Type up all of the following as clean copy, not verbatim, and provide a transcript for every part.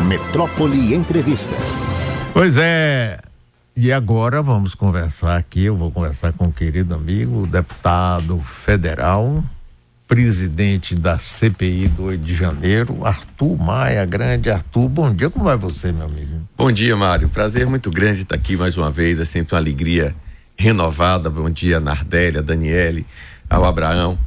Metrópole Entrevista. Pois é, e agora vamos conversar aqui, eu vou conversar com o querido amigo, o deputado federal, presidente da CPI do 8 de janeiro, Arthur Maia. Grande Arthur, bom dia, como vai você, meu amigo? Bom dia, Mário, prazer muito grande estar aqui mais uma vez, é sempre uma alegria renovada. Bom dia, Nardélia, Daniele, ao Abraão.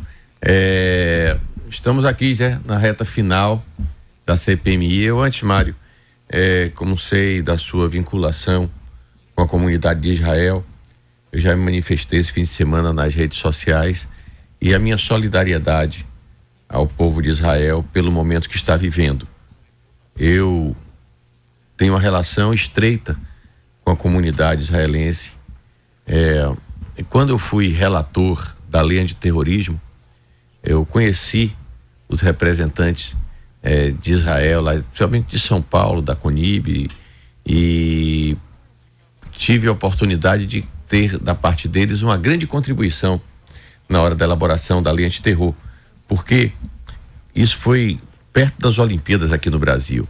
Estamos aqui já na reta final da CPMI. Eu antes, Mário, como sei da sua vinculação com a comunidade de Israel, eu já me manifestei esse fim de semana nas redes sociais e a minha solidariedade ao povo de Israel pelo momento que está vivendo. Eu tenho uma relação estreita com a comunidade israelense. Quando eu fui relator da lei antiterrorismo, eu conheci os representantes de Israel, lá, principalmente de São Paulo, da CONIB, e tive a oportunidade de ter da parte deles uma grande contribuição na hora da elaboração da lei antiterror, porque isso foi perto das Olimpíadas aqui no Brasil.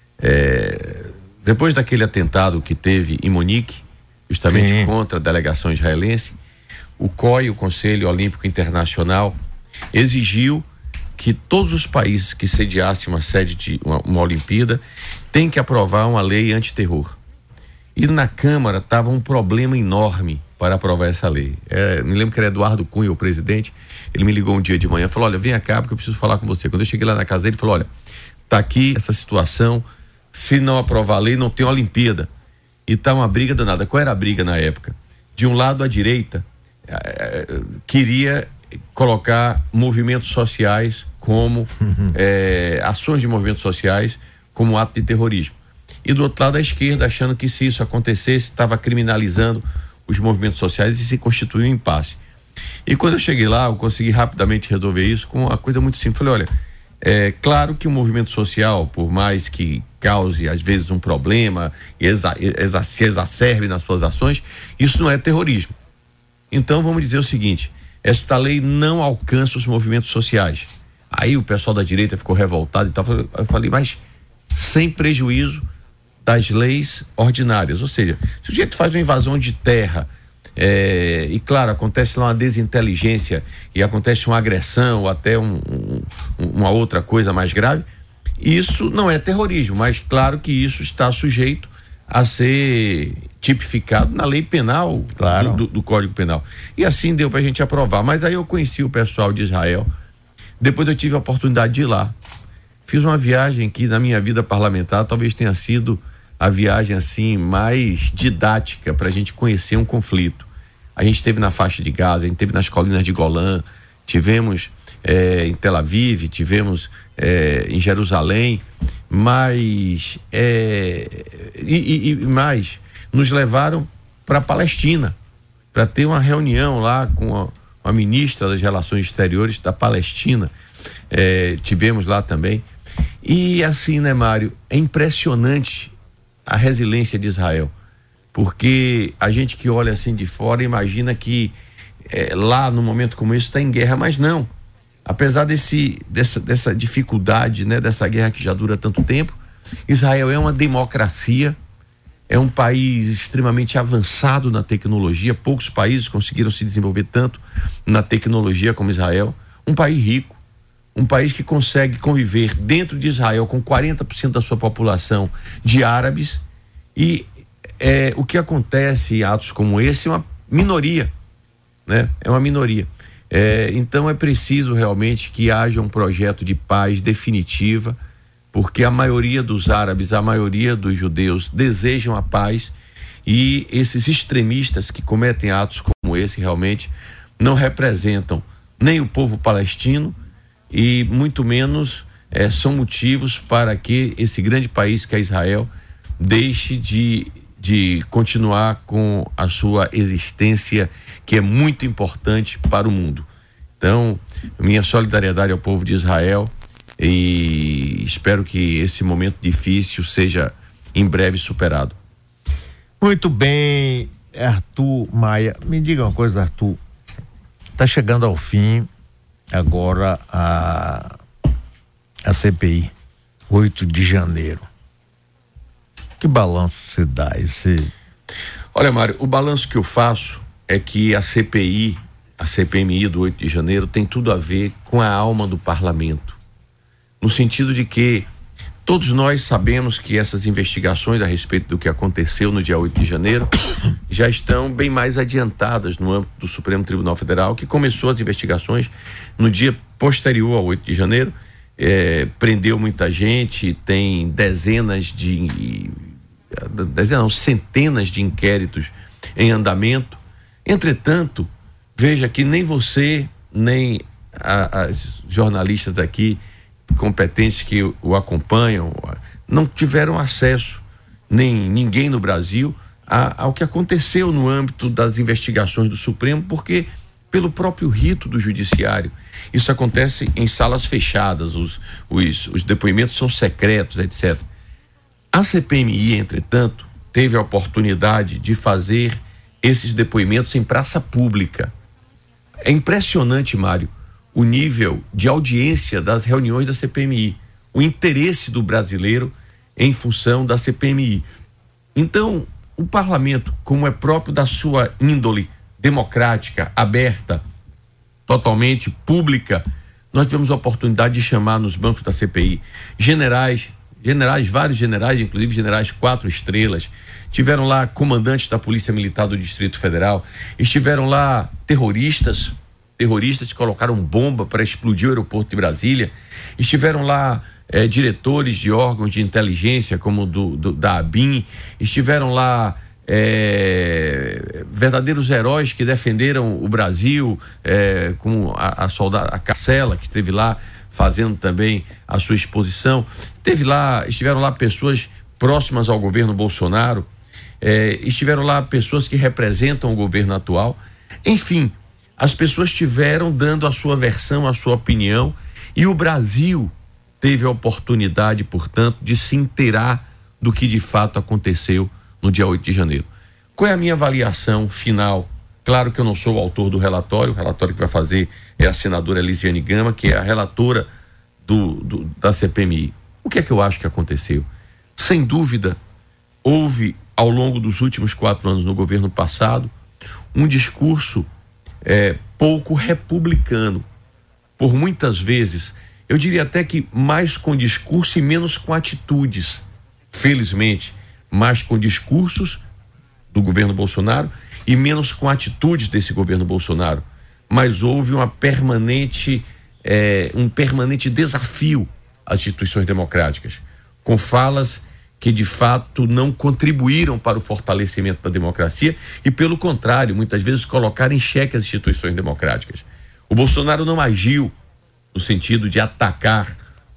Depois daquele atentado que teve em Munique, justamente contra a delegação israelense, o COI, o Conselho Olímpico Internacional, exigiu que todos os países que sediassem uma sede de uma Olimpíada têm que aprovar uma lei antiterror. E na Câmara estava um problema enorme para aprovar essa lei. Me lembro que era Eduardo Cunha, o presidente. Ele me ligou um dia de manhã e falou: olha, vem cá porque eu preciso falar com você. Quando eu cheguei lá na casa dele, ele falou: olha, tá aqui essa situação, se não aprovar a lei não tem Olimpíada. E tá uma briga danada. Qual era a briga na época? De um lado, a direita queria colocar movimentos sociais como ações de movimentos sociais como ato de terrorismo, e do outro lado a esquerda achando que se isso acontecesse estava criminalizando os movimentos sociais e se constituiu um impasse. E quando eu cheguei lá, eu consegui rapidamente resolver isso com uma coisa muito simples. Falei: olha, claro que o movimento social, por mais que cause às vezes um problema e se exacerbe nas suas ações, isso não é terrorismo. Então vamos dizer o seguinte: esta lei não alcança os movimentos sociais. Aí o pessoal da direita ficou revoltado e tal. Eu falei: mas sem prejuízo das leis ordinárias. Ou seja, se o sujeito faz uma invasão de terra, e claro, acontece lá uma desinteligência e acontece uma agressão ou até uma outra coisa mais grave, isso não é terrorismo, mas claro que isso está sujeito a ser tipificado na lei penal, claro, do Código Penal. E assim deu pra gente aprovar. Mas aí eu conheci o pessoal de Israel, depois eu tive a oportunidade de ir lá. Fiz uma viagem que na minha vida parlamentar talvez tenha sido a viagem assim mais didática pra gente conhecer um conflito. A gente esteve na faixa de Gaza, a gente esteve nas colinas de Golã, tivemos em Tel Aviv, tivemos em Jerusalém, mas mais nos levaram para a Palestina para ter uma reunião lá com a ministra das Relações Exteriores da Palestina. Tivemos lá também. E assim, né, Mário, é impressionante a resiliência de Israel, porque a gente que olha assim de fora imagina que lá num momento como esse está em guerra, mas não. Apesar dessa dificuldade, né, dessa guerra que já dura tanto tempo, Israel é uma democracia, é um país extremamente avançado na tecnologia. Poucos países conseguiram se desenvolver tanto na tecnologia como Israel. Um país rico, um país que consegue conviver dentro de Israel com 40% da sua população de árabes, e o que acontece em atos como esse é uma minoria, né? É uma minoria. Então é preciso realmente que haja um projeto de paz definitiva, porque a maioria dos árabes, a maioria dos judeus desejam a paz, e esses extremistas que cometem atos como esse realmente não representam nem o povo palestino e muito menos são motivos para que esse grande país que é Israel deixe de continuar com a sua existência, que é muito importante para o mundo. Então, minha solidariedade ao povo de Israel, e espero que esse momento difícil seja em breve superado. Muito bem, Arthur Maia. Me diga uma coisa, Arthur. Está chegando ao fim agora a CPI, 8 de janeiro. Que balanço você dá? Olha, Mário, o balanço que eu faço é que a CPMI do 8 de janeiro tem tudo a ver com a alma do parlamento, no sentido de que todos nós sabemos que essas investigações a respeito do que aconteceu no dia 8 de janeiro já estão bem mais adiantadas no âmbito do Supremo Tribunal Federal, que começou as investigações no dia posterior ao 8 de janeiro, prendeu muita gente, tem centenas de inquéritos em andamento. Entretanto, veja que nem você, nem as jornalistas aqui competentes que o acompanham não tiveram acesso, nem ninguém no Brasil, ao que aconteceu no âmbito das investigações do Supremo, porque pelo próprio rito do judiciário isso acontece em salas fechadas, os depoimentos são secretos, etc. A CPMI, entretanto, teve a oportunidade de fazer esses depoimentos em praça pública. É impressionante, Mário, o nível de audiência das reuniões da CPMI, o interesse do brasileiro em função da CPMI. Então, o parlamento, como é próprio da sua índole democrática, aberta, totalmente pública, nós tivemos a oportunidade de chamar nos bancos da CPI vários generais, inclusive generais 4 estrelas, tiveram lá comandantes da Polícia Militar do Distrito Federal, estiveram lá terroristas que colocaram bomba para explodir o aeroporto de Brasília, estiveram lá diretores de órgãos de inteligência como da ABIN, estiveram lá verdadeiros heróis que defenderam o Brasil, como a soldada, a Carcela, que esteve lá fazendo também a sua exposição. Estiveram lá pessoas próximas ao governo Bolsonaro, estiveram lá pessoas que representam o governo atual. Enfim, as pessoas estiveram dando a sua versão, a sua opinião, e o Brasil teve a oportunidade, portanto, de se inteirar do que de fato aconteceu no dia 8 de janeiro. Qual é a minha avaliação final? Claro que eu não sou o autor do relatório, o relatório que vai fazer é a senadora Elisiane Gama, que é a relatora da CPMI. O que é que eu acho que aconteceu? Sem dúvida, houve, ao longo dos últimos 4 anos no governo passado, um discurso pouco republicano. Por muitas vezes, eu diria até que mais com discurso e menos com atitudes. Felizmente, mais com discursos do governo Bolsonaro e menos com atitudes desse governo Bolsonaro. Mas houve um permanente desafio às instituições democráticas, com falas que de fato não contribuíram para o fortalecimento da democracia e, pelo contrário, muitas vezes colocaram em xeque as instituições democráticas. O Bolsonaro não agiu no sentido de atacar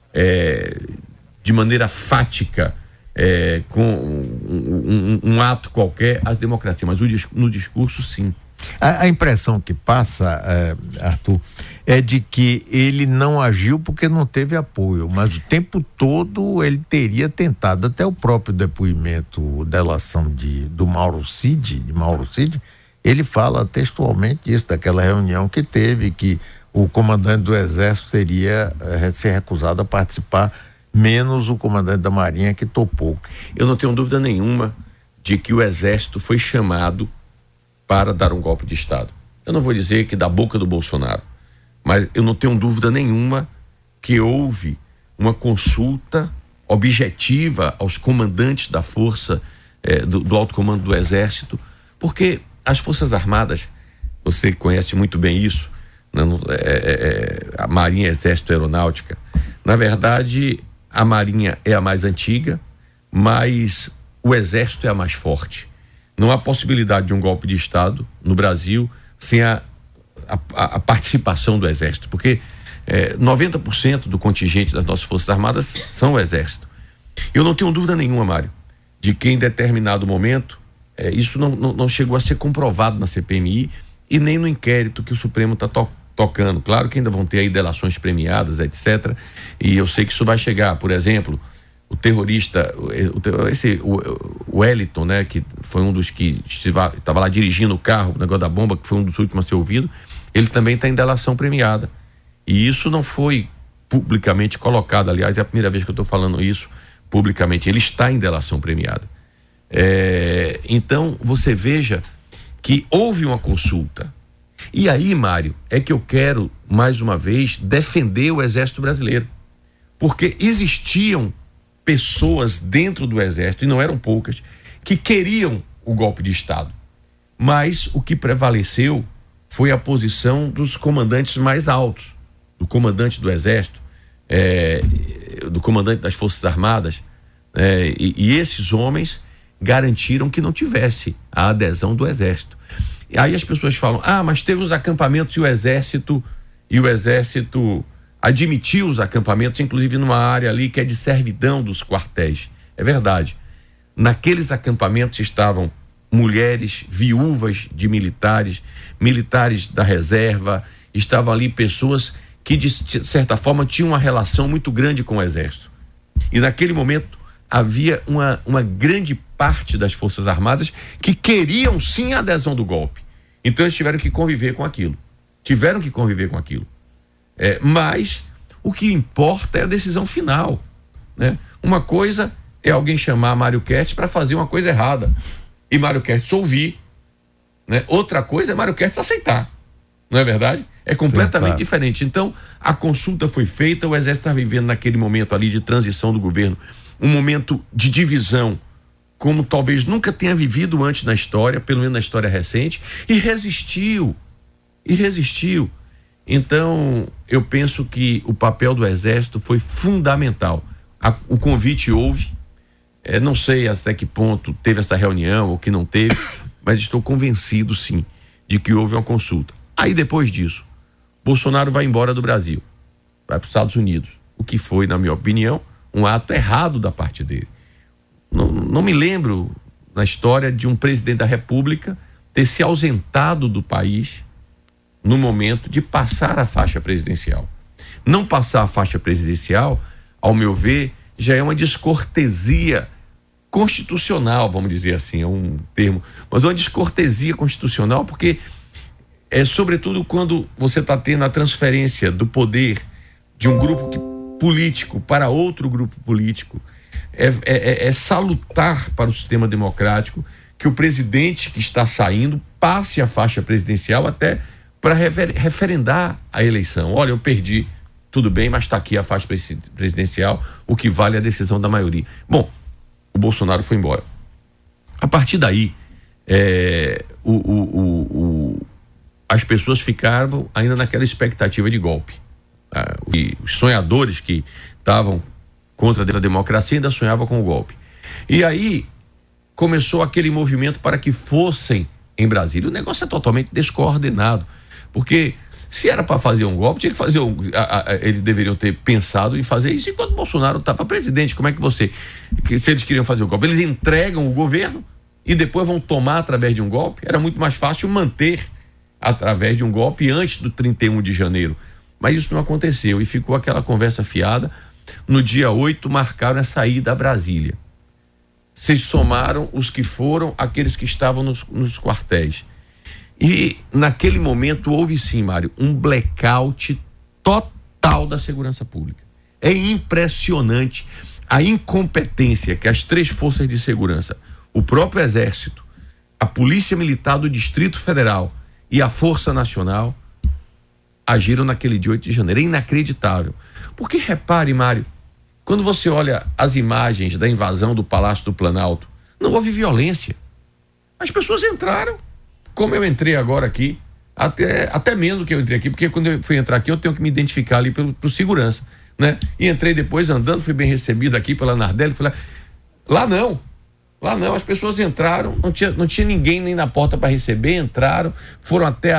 de maneira fática, com um ato qualquer, a democracia, mas no discurso, sim. A impressão que passa, Arthur, é de que ele não agiu porque não teve apoio, mas o tempo todo ele teria tentado. Até o próprio depoimento, delação do Mauro Cid, ele fala textualmente disso, daquela reunião que teve, que o comandante do Exército teria se recusado a participar, menos o comandante da Marinha, que topou. Eu não tenho dúvida nenhuma de que o Exército foi chamado para dar um golpe de Estado. Eu não vou dizer que da boca do Bolsonaro, mas eu não tenho dúvida nenhuma que houve uma consulta objetiva aos comandantes da força, do alto comando do Exército, porque as Forças Armadas, você conhece muito bem isso, a Marinha, Exército, Aeronáutica, na verdade a Marinha é a mais antiga, mas o Exército é a mais forte. Não há possibilidade de um golpe de Estado no Brasil sem a participação do Exército, porque 90% do contingente das nossas Forças Armadas são o Exército. Eu não tenho dúvida nenhuma, Mário, de que em determinado momento isso não chegou a ser comprovado na CPMI e nem no inquérito que o Supremo está tocando. Claro que ainda vão ter aí delações premiadas, etc. E eu sei que isso vai chegar. Por exemplo, o terrorista, o Wellington, né, que foi um dos que estava lá dirigindo o carro, o negócio da bomba, que foi um dos últimos a ser ouvido, ele também está em delação premiada. E isso não foi publicamente colocado, aliás, é a primeira vez que eu estou falando isso publicamente. Ele está em delação premiada. Então, você veja que houve uma consulta. E aí, Mário, é que eu quero, mais uma vez, defender o Exército Brasileiro. Porque existiam pessoas dentro do Exército, e não eram poucas, que queriam o golpe de Estado. Mas o que prevaleceu foi a posição dos comandantes mais altos, do comandante do Exército, do comandante das Forças Armadas, e esses homens garantiram que não tivesse a adesão do Exército. E aí as pessoas falam, mas teve os acampamentos e o Exército admitiu os acampamentos, inclusive numa área ali que é de servidão dos quartéis. É verdade. Naqueles acampamentos estavam mulheres viúvas de militares, militares da reserva, estavam ali pessoas que de certa forma tinham uma relação muito grande com o Exército. E naquele momento havia uma grande parte das Forças Armadas que queriam sim a adesão do golpe. Então eles tiveram que conviver com aquilo. Mas o que importa é a decisão final, né? Uma coisa é alguém chamar Mário Kertz para fazer uma coisa errada e Mário Kertz ouvir, né? Outra coisa é Mário Kertz aceitar, não é verdade? É completamente diferente. Então a consulta foi feita, o Exército está vivendo naquele momento ali de transição do governo, um momento de divisão como talvez nunca tenha vivido antes na história, pelo menos na história recente, e resistiu. Então, eu penso que o papel do Exército foi fundamental. O convite houve, não sei até que ponto teve essa reunião ou que não teve, mas estou convencido, sim, de que houve uma consulta. Aí, depois disso, Bolsonaro vai embora do Brasil, vai para os Estados Unidos, o que foi, na minha opinião, um ato errado da parte dele. Não me lembro na história de um presidente da República ter se ausentado do país no momento de passar a faixa presidencial. Não passar a faixa presidencial, ao meu ver, já é uma descortesia constitucional, vamos dizer assim, é um termo, mas uma descortesia constitucional, porque sobretudo quando você está tendo a transferência do poder de um grupo político para outro grupo político, é salutar para o sistema democrático que o presidente que está saindo passe a faixa presidencial até para referendar a eleição. Olha, eu perdi, tudo bem, mas está aqui a faixa presidencial, o que vale a decisão da maioria. Bom, o Bolsonaro foi embora. A partir daí, as pessoas ficavam ainda naquela expectativa de golpe. E os sonhadores que estavam contra a democracia ainda sonhavam com o golpe. E aí começou aquele movimento para que fossem em Brasília. O negócio é totalmente descoordenado, porque se era para fazer um golpe, tinha que fazer eles deveriam ter pensado em fazer isso enquanto Bolsonaro estava presidente. Como é que se eles queriam fazer o golpe, eles entregam o governo e depois vão tomar através de um golpe? Era muito mais fácil manter através de um golpe antes do 31 de janeiro. Mas isso não aconteceu e ficou aquela conversa fiada. No dia 8 marcaram a saída a Brasília. Vocês somaram os que foram, aqueles que estavam nos quartéis. E naquele momento houve sim, Mário, um blackout total da segurança pública. É impressionante a incompetência que as três forças de segurança, o próprio Exército, a Polícia Militar do Distrito Federal e a Força Nacional agiram naquele dia 8 de janeiro. É inacreditável. Porque repare, Mário, quando você olha as imagens da invasão do Palácio do Planalto, não houve violência. As pessoas entraram, como eu entrei agora aqui, até menos do que eu entrei aqui, porque quando eu fui entrar aqui eu tenho que me identificar ali pelo segurança, né? E entrei depois andando, fui bem recebido aqui pela Nardelli, falei, lá não, as pessoas entraram, não tinha ninguém nem na porta para receber, entraram, foram até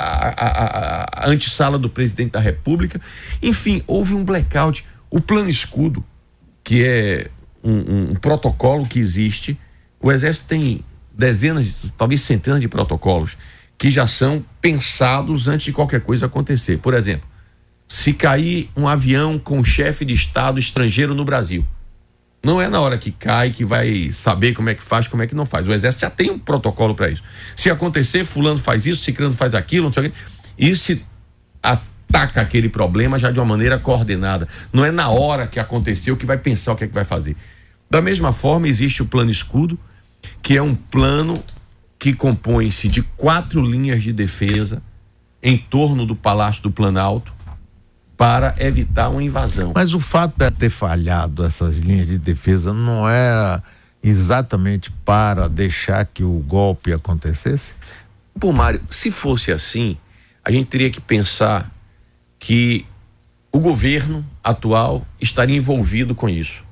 a antessala do presidente da República. Enfim, houve um blackout. O Plano Escudo, que é um protocolo que existe, o Exército tem dezenas, talvez centenas de protocolos que já são pensados antes de qualquer coisa acontecer. Por exemplo, se cair um avião com um chefe de Estado estrangeiro no Brasil, não é na hora que cai que vai saber como é que faz, como é que não faz. O Exército já tem um protocolo para isso. Se acontecer, fulano faz isso, ciclano faz aquilo, não sei o quê. E se ataca aquele problema já de uma maneira coordenada. Não é na hora que aconteceu que vai pensar o que é que vai fazer. Da mesma forma, existe o Plano Escudo que é um plano que compõe-se de 4 linhas de defesa em torno do Palácio do Planalto para evitar uma invasão. Mas o fato de ter falhado essas linhas de defesa não era exatamente para deixar que o golpe acontecesse? Pô, Mário, se fosse assim, a gente teria que pensar que o governo atual estaria envolvido com isso.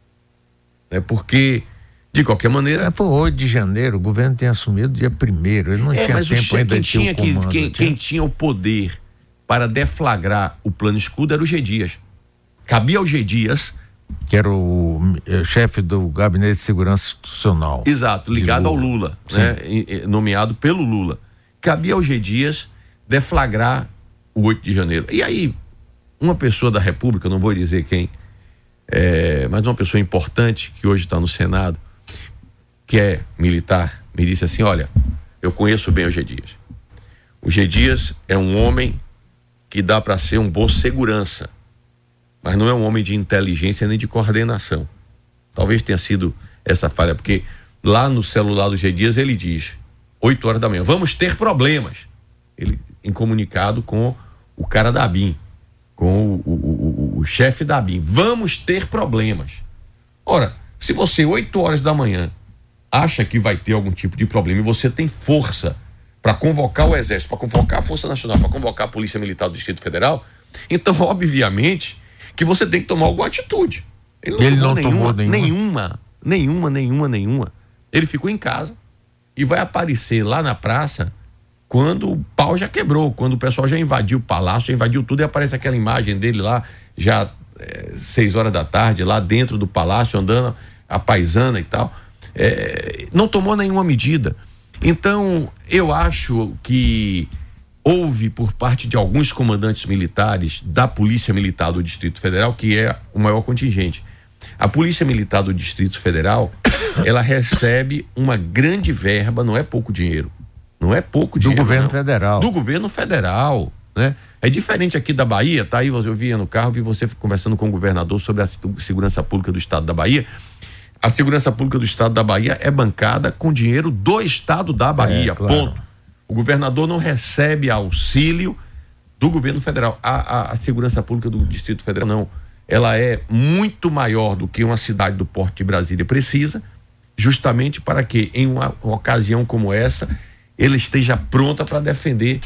Porque, de qualquer maneira... Foi 8 de janeiro, o governo tem assumido dia 1º, ele não tinha tempo ainda de ter o comando. Quem tinha o poder para deflagrar o plano escudo era o G. Dias. Cabia ao G. Dias... Que era o chefe do Gabinete de Segurança Institucional. Exato, ligado ao Lula, né? Nomeado pelo Lula. Cabia ao G. Dias deflagrar o 8 de janeiro. E aí, uma pessoa da República, não vou dizer quem, mas uma pessoa importante que hoje está no Senado, que é militar, me disse assim: olha, eu conheço bem o G. Dias. O G. Dias é um homem que dá para ser um bom segurança, mas não é um homem de inteligência nem de coordenação. Talvez tenha sido essa falha, porque lá no celular do G. Dias ele diz, 8 horas da manhã, vamos ter problemas. Ele em comunicado com o cara da ABIN, com o chefe da ABIN, vamos ter problemas. Ora, se você 8 horas da manhã acha que vai ter algum tipo de problema e você tem força para convocar o Exército, para convocar a Força Nacional, para convocar a Polícia Militar do Distrito Federal, então obviamente que você tem que tomar alguma atitude. Ele não tomou nenhuma. Ele ficou em casa e vai aparecer lá na praça quando o pau já quebrou, quando o pessoal já invadiu o palácio, já invadiu tudo, e aparece aquela imagem dele lá, já 6 horas da tarde, lá dentro do palácio, andando a paisana e tal. Não tomou nenhuma medida. Então, eu acho que houve por parte de alguns comandantes militares da Polícia Militar do Distrito Federal, que é o maior contingente. A Polícia Militar do Distrito Federal, ela recebe uma grande verba, não é pouco dinheiro. Não é pouco dinheiro. Do governo federal. Do governo federal, né? É diferente aqui da Bahia, tá aí, eu via no carro, vi você conversando com o governador sobre a segurança pública do estado da Bahia. A segurança pública do estado da Bahia é bancada com dinheiro do estado da Bahia, claro. Ponto. O governador não recebe auxílio do governo federal. A segurança pública do Distrito Federal não. Ela é muito maior do que uma cidade do porte de Brasília precisa, justamente para que, em uma ocasião como essa, ele esteja pronta para defender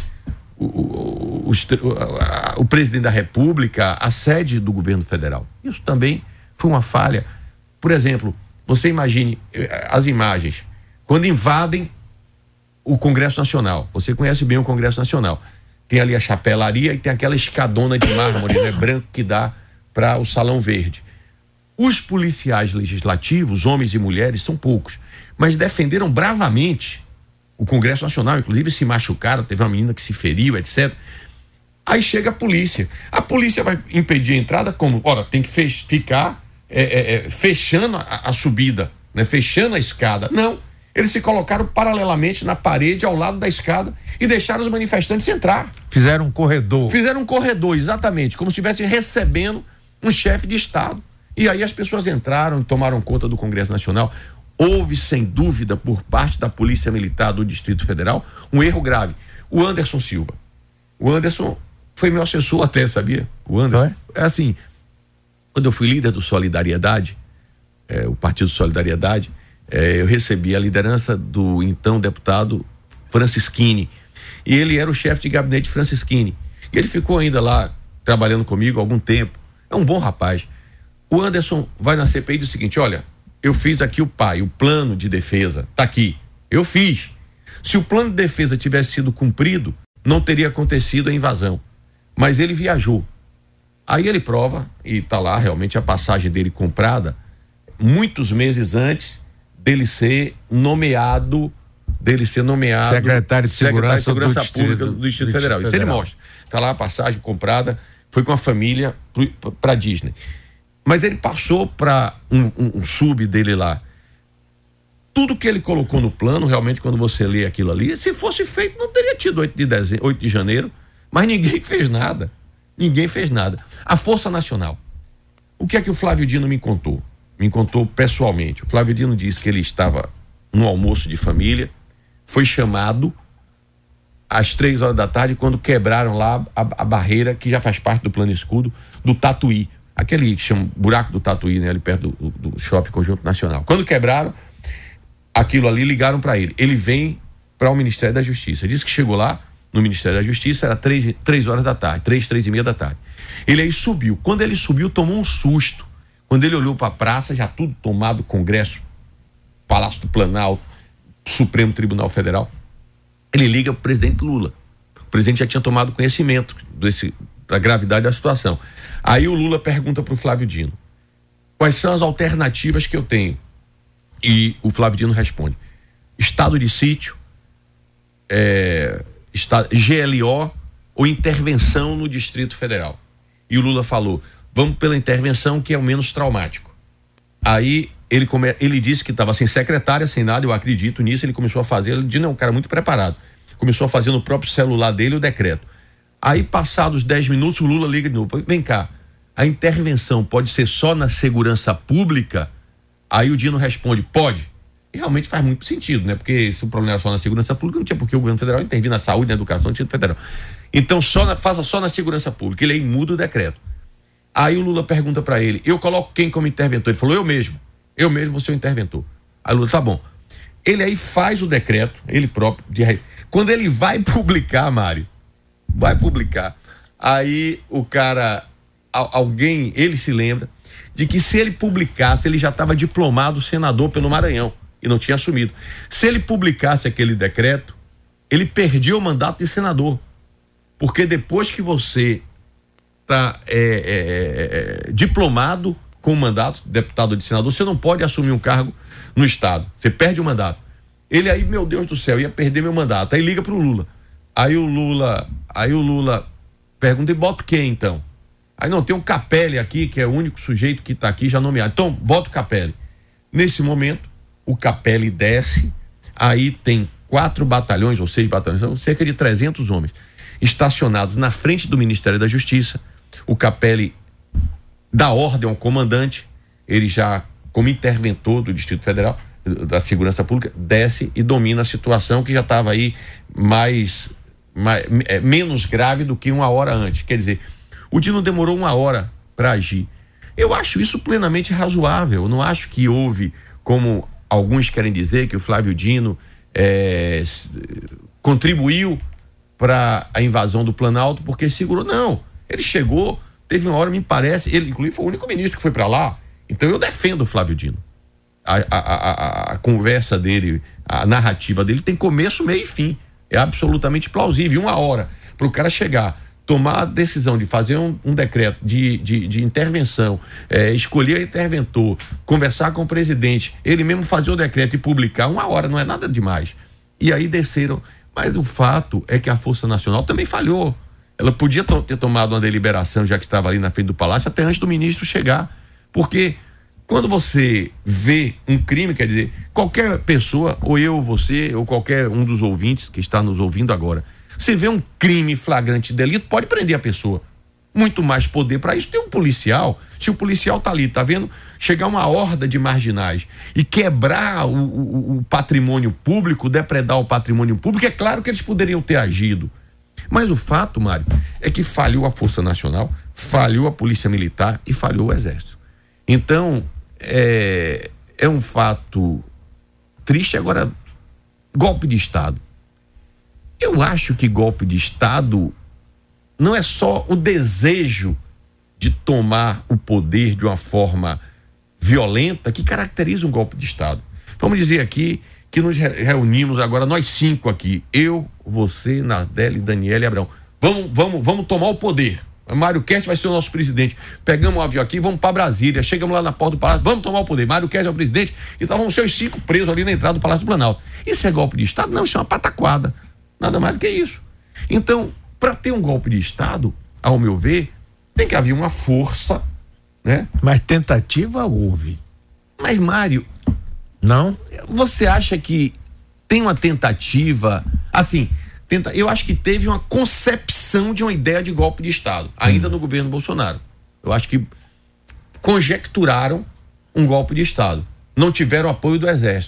o presidente da República, a sede do governo federal. Isso também foi uma falha. Por exemplo, você imagine as imagens, quando invadem o Congresso Nacional. Você conhece bem o Congresso Nacional. Tem ali a chapelaria e tem aquela escadona de mármore, né, branco, que dá para o Salão Verde. Os policiais legislativos, homens e mulheres, são poucos, mas defenderam bravamente o Congresso Nacional, inclusive se machucaram, teve uma menina que se feriu, etc. Aí chega a polícia. A polícia vai impedir a entrada como? Ora, tem que ficar fechando a subida, né, fechando a escada. Não. Eles se colocaram paralelamente na parede ao lado da escada e deixaram os manifestantes entrar. Fizeram um corredor. Fizeram um corredor, exatamente, como se estivessem recebendo um chefe de Estado. E aí as pessoas entraram e tomaram conta do Congresso Nacional. Houve, sem dúvida, por parte da Polícia Militar do Distrito Federal, um erro grave. O Anderson Silva. O Anderson foi meu assessor até, sabia? O Anderson. É assim, quando eu fui líder do Solidariedade, o Partido Solidariedade, eu recebi a liderança do então deputado Francisquini, e ele era o chefe de gabinete de Francisquini, e ele ficou ainda lá trabalhando comigo há algum tempo. É um bom rapaz. O Anderson vai na CPI e diz o seguinte: olha, eu fiz aqui o plano de defesa, tá aqui, eu fiz. Se o plano de defesa tivesse sido cumprido, não teria acontecido a invasão, mas ele viajou. Aí ele prova, e tá lá realmente a passagem dele comprada, muitos meses antes dele ser nomeado secretário de Segurança Pública do Distrito Federal. Isso ele mostra. Está lá a passagem comprada, foi com a família para Disney. Mas ele passou para um sub dele lá. Tudo que ele colocou no plano, realmente, quando você lê aquilo ali, se fosse feito, não teria tido 8 de janeiro, mas ninguém fez nada. Ninguém fez nada. A Força Nacional. O que é que o Flávio Dino me contou? Me contou pessoalmente. O Flávio Dino disse que ele estava no almoço de família, foi chamado às 3 horas da tarde, quando quebraram lá a barreira que já faz parte do Plano Escudo do Tatuí, aquele que chama buraco do Tatuí, né, ali perto do Shopping Conjunto Nacional. Quando quebraram aquilo ali, ligaram para ele. Ele vem para o Ministério da Justiça. Disse que chegou lá no Ministério da Justiça, era 3 horas da tarde, 3h30 da tarde. Ele aí subiu. Quando ele subiu, tomou um susto. Quando ele olhou para a praça, já tudo tomado, Congresso, Palácio do Planalto, Supremo Tribunal Federal. Ele liga para o presidente Lula. O presidente já tinha tomado conhecimento da gravidade da situação. Aí o Lula pergunta para o Flávio Dino: quais são as alternativas que eu tenho? E o Flávio Dino responde: estado de sítio, GLO ou intervenção no Distrito Federal. E o Lula falou: vamos pela intervenção, que é o menos traumático. Aí ele disse que estava sem secretária, sem nada, eu acredito nisso. Ele começou a fazer, ele disse: não, um cara muito preparado. Começou a fazer no próprio celular dele o decreto. Aí, passados 10 minutos, o Lula liga de novo: vem cá, a intervenção pode ser só na segurança pública? Aí o Dino responde: pode. E realmente faz muito sentido, né? Porque se o problema era só na segurança pública, não tinha por que o governo federal intervir na saúde, na educação, no Distrito Federal. Então, faça só na segurança pública. Ele aí muda o decreto. Aí o Lula pergunta para ele: eu coloco quem como interventor? Ele falou: eu mesmo vou ser o interventor. Aí o Lula: tá bom. Ele aí faz o decreto, ele próprio. Quando ele vai publicar, Mário, aí o cara, ele se lembra de que se ele publicasse, ele já estava diplomado senador pelo Maranhão e não tinha assumido. Se ele publicasse aquele decreto, ele perdia o mandato de senador, porque depois que você está diplomado com o mandato de deputado ou de senador, você não pode assumir um cargo no estado, você perde o mandato. Ele aí, meu Deus do céu, ia perder meu mandato. Aí liga pro Lula. Aí o Lula pergunta: e bota quem então? Aí não, tem um Capelli aqui, que é o único sujeito que está aqui já nomeado. Então, bota o Capelli. Nesse momento, o Capelli desce, aí tem 4 batalhões, ou 6 batalhões, são cerca de 300 homens, estacionados na frente do Ministério da Justiça. O Capelli dá ordem ao comandante, ele já, como interventor do Distrito Federal, da Segurança Pública, desce e domina a situação, que já estava aí menos grave do que 1 hora antes. Quer dizer, o Dino demorou 1 hora para agir. Eu acho isso plenamente razoável. Eu não acho que houve, como alguns querem dizer, que o Flávio Dino contribuiu para a invasão do Planalto porque segurou. Não, ele chegou, teve uma hora, me parece, ele inclusive foi o único ministro que foi para lá. Então eu defendo o Flávio Dino. A conversa dele, a narrativa dele tem começo, meio e fim. É absolutamente plausível. 1 hora para o cara chegar, tomar a decisão de fazer um decreto de intervenção, escolher interventor, conversar com o presidente, ele mesmo fazer o decreto e publicar, 1 hora, não é nada demais. E aí desceram. Mas o fato é que a Força Nacional também falhou. Ela podia ter tomado uma deliberação, já que estava ali na frente do Palácio, até antes do ministro chegar. Porque quando você vê um crime, quer dizer, qualquer pessoa, ou eu, ou você, ou qualquer um dos ouvintes que está nos ouvindo agora, você vê um crime flagrante de delito, pode prender a pessoa. Muito mais poder para isso tem um policial. Se o policial está ali, está vendo chegar uma horda de marginais e quebrar o patrimônio público, depredar o patrimônio público, é claro que eles poderiam ter agido. Mas o fato, Mário, é que falhou a Força Nacional, falhou a Polícia Militar e falhou o Exército. Então, é um fato triste. Agora, golpe de Estado. Eu acho que golpe de Estado não é só o desejo de tomar o poder de uma forma violenta que caracteriza um golpe de Estado. Vamos dizer aqui que nos reunimos agora, nós 5 aqui, eu, você, Nardelli, Daniela e Abraão. Vamos tomar o poder. Mário Kerst vai ser o nosso presidente. Pegamos um avião aqui, vamos para Brasília, chegamos lá na porta do Palácio, vamos tomar o poder. Mário Kerst é o presidente, então vamos ser os 5 presos ali na entrada do Palácio do Planalto. Isso é golpe de Estado? Não, isso é uma pataquada. Nada mais do que isso. Então, para ter um golpe de Estado, ao meu ver, tem que haver uma força, né? Mas tentativa houve. Mas, Mário, não? Você acha que tem uma tentativa, assim, eu acho que teve uma concepção de uma ideia de golpe de Estado, ainda no governo Bolsonaro. Eu acho que conjecturaram um golpe de Estado. Não tiveram apoio do Exército.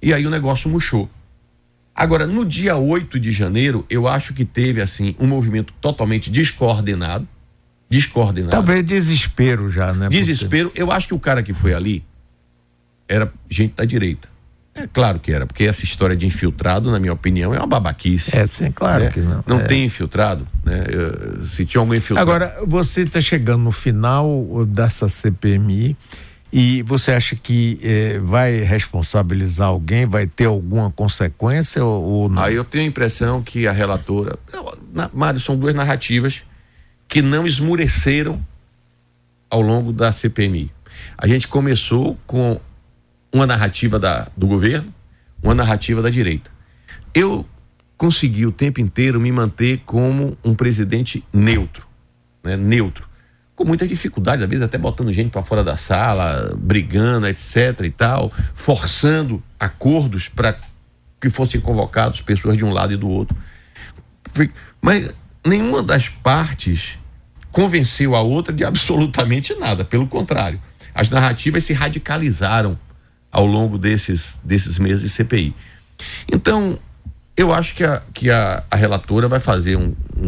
e aí o negócio murchou. Agora, no dia 8 de janeiro, eu acho que teve, assim, um movimento totalmente descoordenado. Talvez desespero já, né? Desespero. Eu acho que o cara que foi ali era gente da direita. É claro que era, porque essa história de infiltrado, na minha opinião, é uma babaquice. Sim, claro, né? Que não. Não tem infiltrado, né? Se tinha algum infiltrado. Agora, você está chegando no final dessa CPMI e você acha que vai responsabilizar alguém, vai ter alguma consequência ou não? Eu tenho a impressão que a relatora... Mário, são duas narrativas que não esmureceram ao longo da CPMI. A gente começou com uma narrativa do governo, uma narrativa da direita. Eu consegui o tempo inteiro me manter como um presidente neutro, né? Neutro, com muitas dificuldades, às vezes até botando gente para fora da sala, brigando, etc e tal, forçando acordos para que fossem convocados pessoas de um lado e do outro. Mas nenhuma das partes convenceu a outra de absolutamente nada, pelo contrário. As narrativas se radicalizaram ao longo desses meses de CPI. Então, eu acho que a relatora vai fazer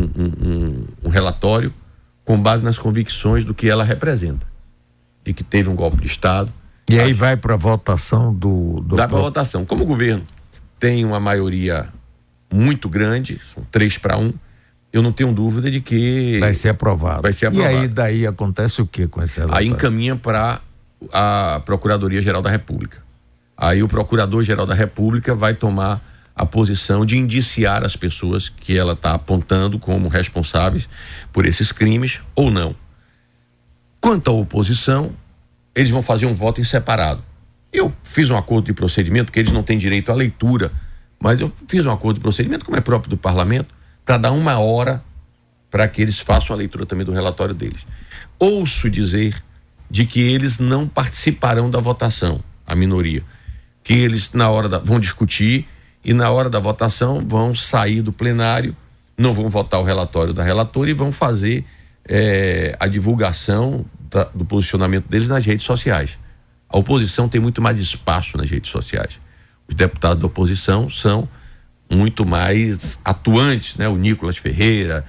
um relatório com base nas convicções do que ela representa, de que teve um golpe de Estado. E aí vai para a votação Dá para votação. Como o governo tem uma maioria muito grande, são 3-1, eu não tenho dúvida de que vai ser aprovado. E aí daí acontece o que com esse relatório? Aí encaminha para a Procuradoria-Geral da República. Aí o Procurador-Geral da República vai tomar a posição de indiciar as pessoas que ela está apontando como responsáveis por esses crimes ou não. Quanto à oposição, eles vão fazer um voto em separado. Eu fiz um acordo de procedimento, porque eles não têm direito à leitura, mas eu fiz um acordo de procedimento, como é próprio do parlamento, para dar 1 hora para que eles façam a leitura também do relatório deles. Ouço dizer de que eles não participarão da votação, a minoria, que eles vão discutir e na hora da votação vão sair do plenário, não vão votar o relatório da relatora e vão fazer a divulgação do posicionamento deles nas redes sociais. A oposição tem muito mais espaço nas redes sociais. Os deputados da oposição são muito mais atuantes, né? O Nicolas Ferreira,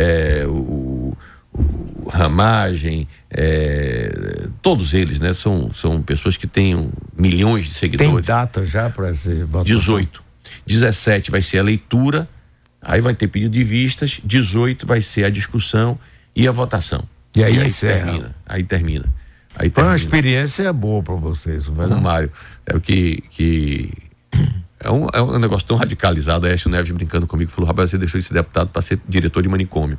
o Ramagem, todos eles, né? São pessoas que têm milhões de seguidores. Tem data já para essa votação? 18. 17 vai ser a leitura, aí vai ter pedido de vistas, 18 vai ser a discussão e a votação. E aí encerra. Aí termina. Foi uma experiência boa para vocês, não é? Mário, é o que é um negócio tão radicalizado. A Aécio Neves brincando comigo falou: rapaz, você deixou esse deputado para ser diretor de manicômio.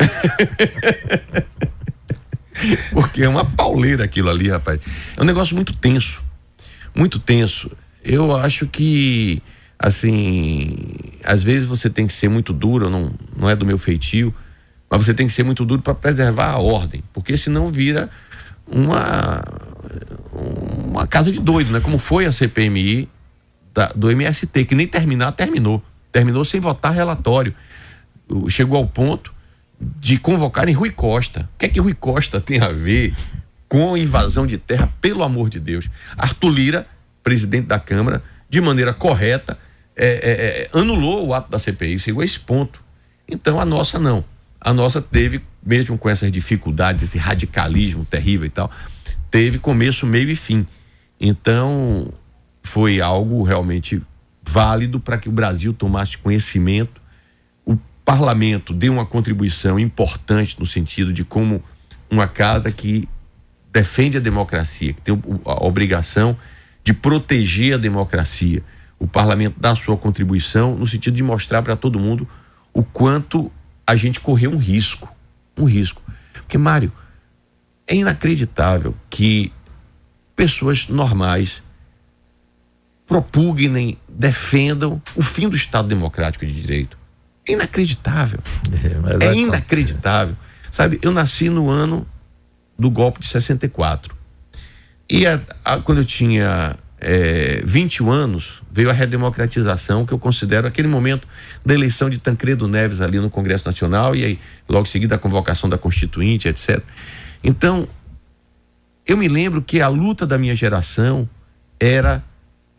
Porque é uma pauleira aquilo ali, rapaz. É um negócio muito tenso, muito tenso. Eu acho que, assim, às vezes você tem que ser muito duro, não é do meu feitio, mas você tem que ser muito duro para preservar a ordem, porque senão vira uma casa de doido, né? Como foi a CPMI do MST, que nem terminou sem votar relatório. Chegou ao ponto de convocarem Rui Costa. O que é que Rui Costa tem a ver com invasão de terra, pelo amor de Deus? Arthur Lira, presidente da Câmara, de maneira correta, anulou o ato da CPI, chegou a esse ponto. Então a nossa não. A nossa teve, mesmo com essas dificuldades, esse radicalismo terrível e tal, teve começo, meio e fim. Então foi algo realmente válido para que o Brasil tomasse conhecimento. O parlamento deu uma contribuição importante no sentido de como uma casa que defende a democracia, que tem a obrigação de proteger a democracia. O parlamento dá a sua contribuição no sentido de mostrar para todo mundo o quanto a gente correu um risco. Porque, Mário, é inacreditável que pessoas normais propugnem, defendam o fim do Estado Democrático de Direito. É inacreditável. É inacreditável. Sabe, eu nasci no ano do golpe de 64. E quando eu tinha 21 anos, veio a redemocratização, que eu considero aquele momento da eleição de Tancredo Neves ali no Congresso Nacional, e aí logo em seguida a convocação da Constituinte, etc. Então, eu me lembro que a luta da minha geração era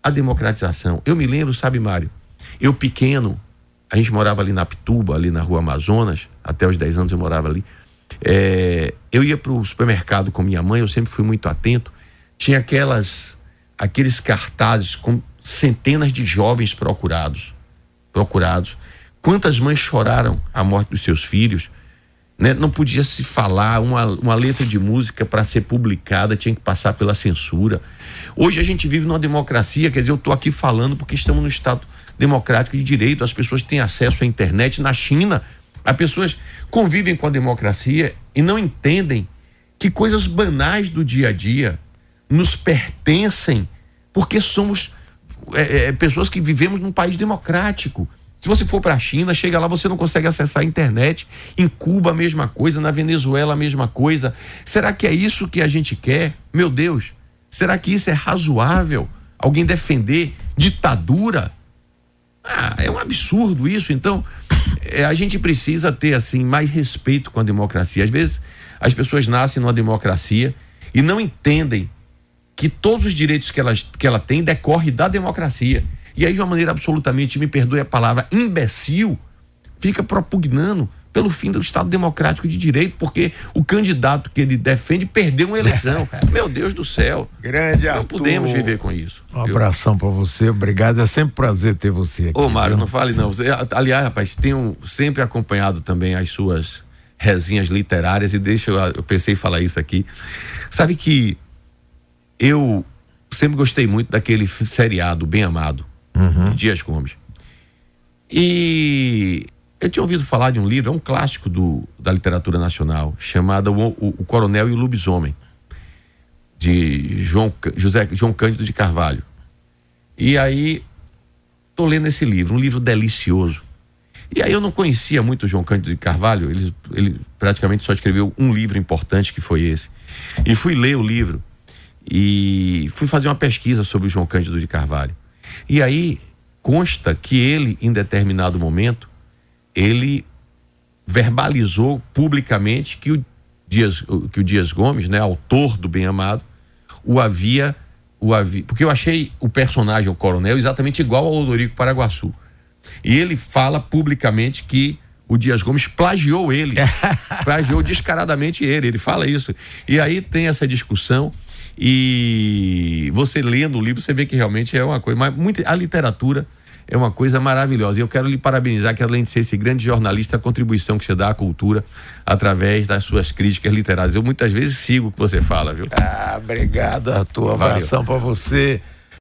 a democratização. Eu me lembro, sabe, Mário, eu pequeno, a gente morava ali na Pituba, ali na Rua Amazonas, até os 10 anos eu morava ali. Eu ia para o supermercado com minha mãe, eu sempre fui muito atento. Tinha aqueles cartazes com centenas de jovens procurados. Quantas mães choraram a morte dos seus filhos, né? Não podia se falar, uma letra de música para ser publicada tinha que passar pela censura. Hoje a gente vive numa democracia, quer dizer, eu estou aqui falando porque estamos no Estado democrático de direito, as pessoas têm acesso à internet. Na China, as pessoas convivem com a democracia e não entendem que coisas banais do dia a dia nos pertencem, porque somos pessoas que vivemos num país democrático. Se você for para a China, chega lá, você não consegue acessar a internet. Em Cuba, a mesma coisa. Na Venezuela, a mesma coisa. Será que é isso que a gente quer? Meu Deus, será que isso é razoável? Alguém defender ditadura? É um absurdo isso. Então, a gente precisa ter, assim, mais respeito com a democracia. Às vezes, as pessoas nascem numa democracia e não entendem que todos os direitos que ela tem decorrem da democracia. E aí, de uma maneira absolutamente, me perdoe a palavra, imbecil, fica propugnando pelo fim do Estado democrático de direito, porque o candidato que ele defende perdeu uma eleição. Meu Deus do céu. Grande Arthur. Não podemos viver com isso. Um abração para você, obrado. É sempre um prazer ter você aqui. Ô, Mário, não fale não. Aliás, rapaz, tenho sempre acompanhado também as suas resenhas literárias e eu pensei em falar isso aqui. Sabe que eu sempre gostei muito daquele seriado Bem Amado, de Dias Gomes. E eu tinha ouvido falar de um livro, é um clássico da literatura nacional, chamado o Coronel e o Lobisomem, de João Cândido de Carvalho. E aí, estou lendo esse livro, um livro delicioso. E aí eu não conhecia muito o João Cândido de Carvalho, ele praticamente só escreveu um livro importante, que foi esse. E fui ler o livro e fui fazer uma pesquisa sobre o João Cândido de Carvalho. E aí consta que ele, em determinado momento, ele verbalizou publicamente que o Dias Gomes, né, autor do Bem Amado, o havia, porque eu achei o personagem, o coronel, exatamente igual ao Odorico Paraguaçu. E ele fala publicamente que o Dias Gomes plagiou ele, plagiou descaradamente ele fala isso. E aí tem essa discussão. E você lendo o livro, você vê que realmente é uma coisa, mas a literatura é uma coisa maravilhosa. E eu quero lhe parabenizar, que além de ser esse grande jornalista, a contribuição que você dá à cultura através das suas críticas literárias. Eu muitas vezes sigo o que você fala, viu? Obrigado, Arthur. Um abração para você.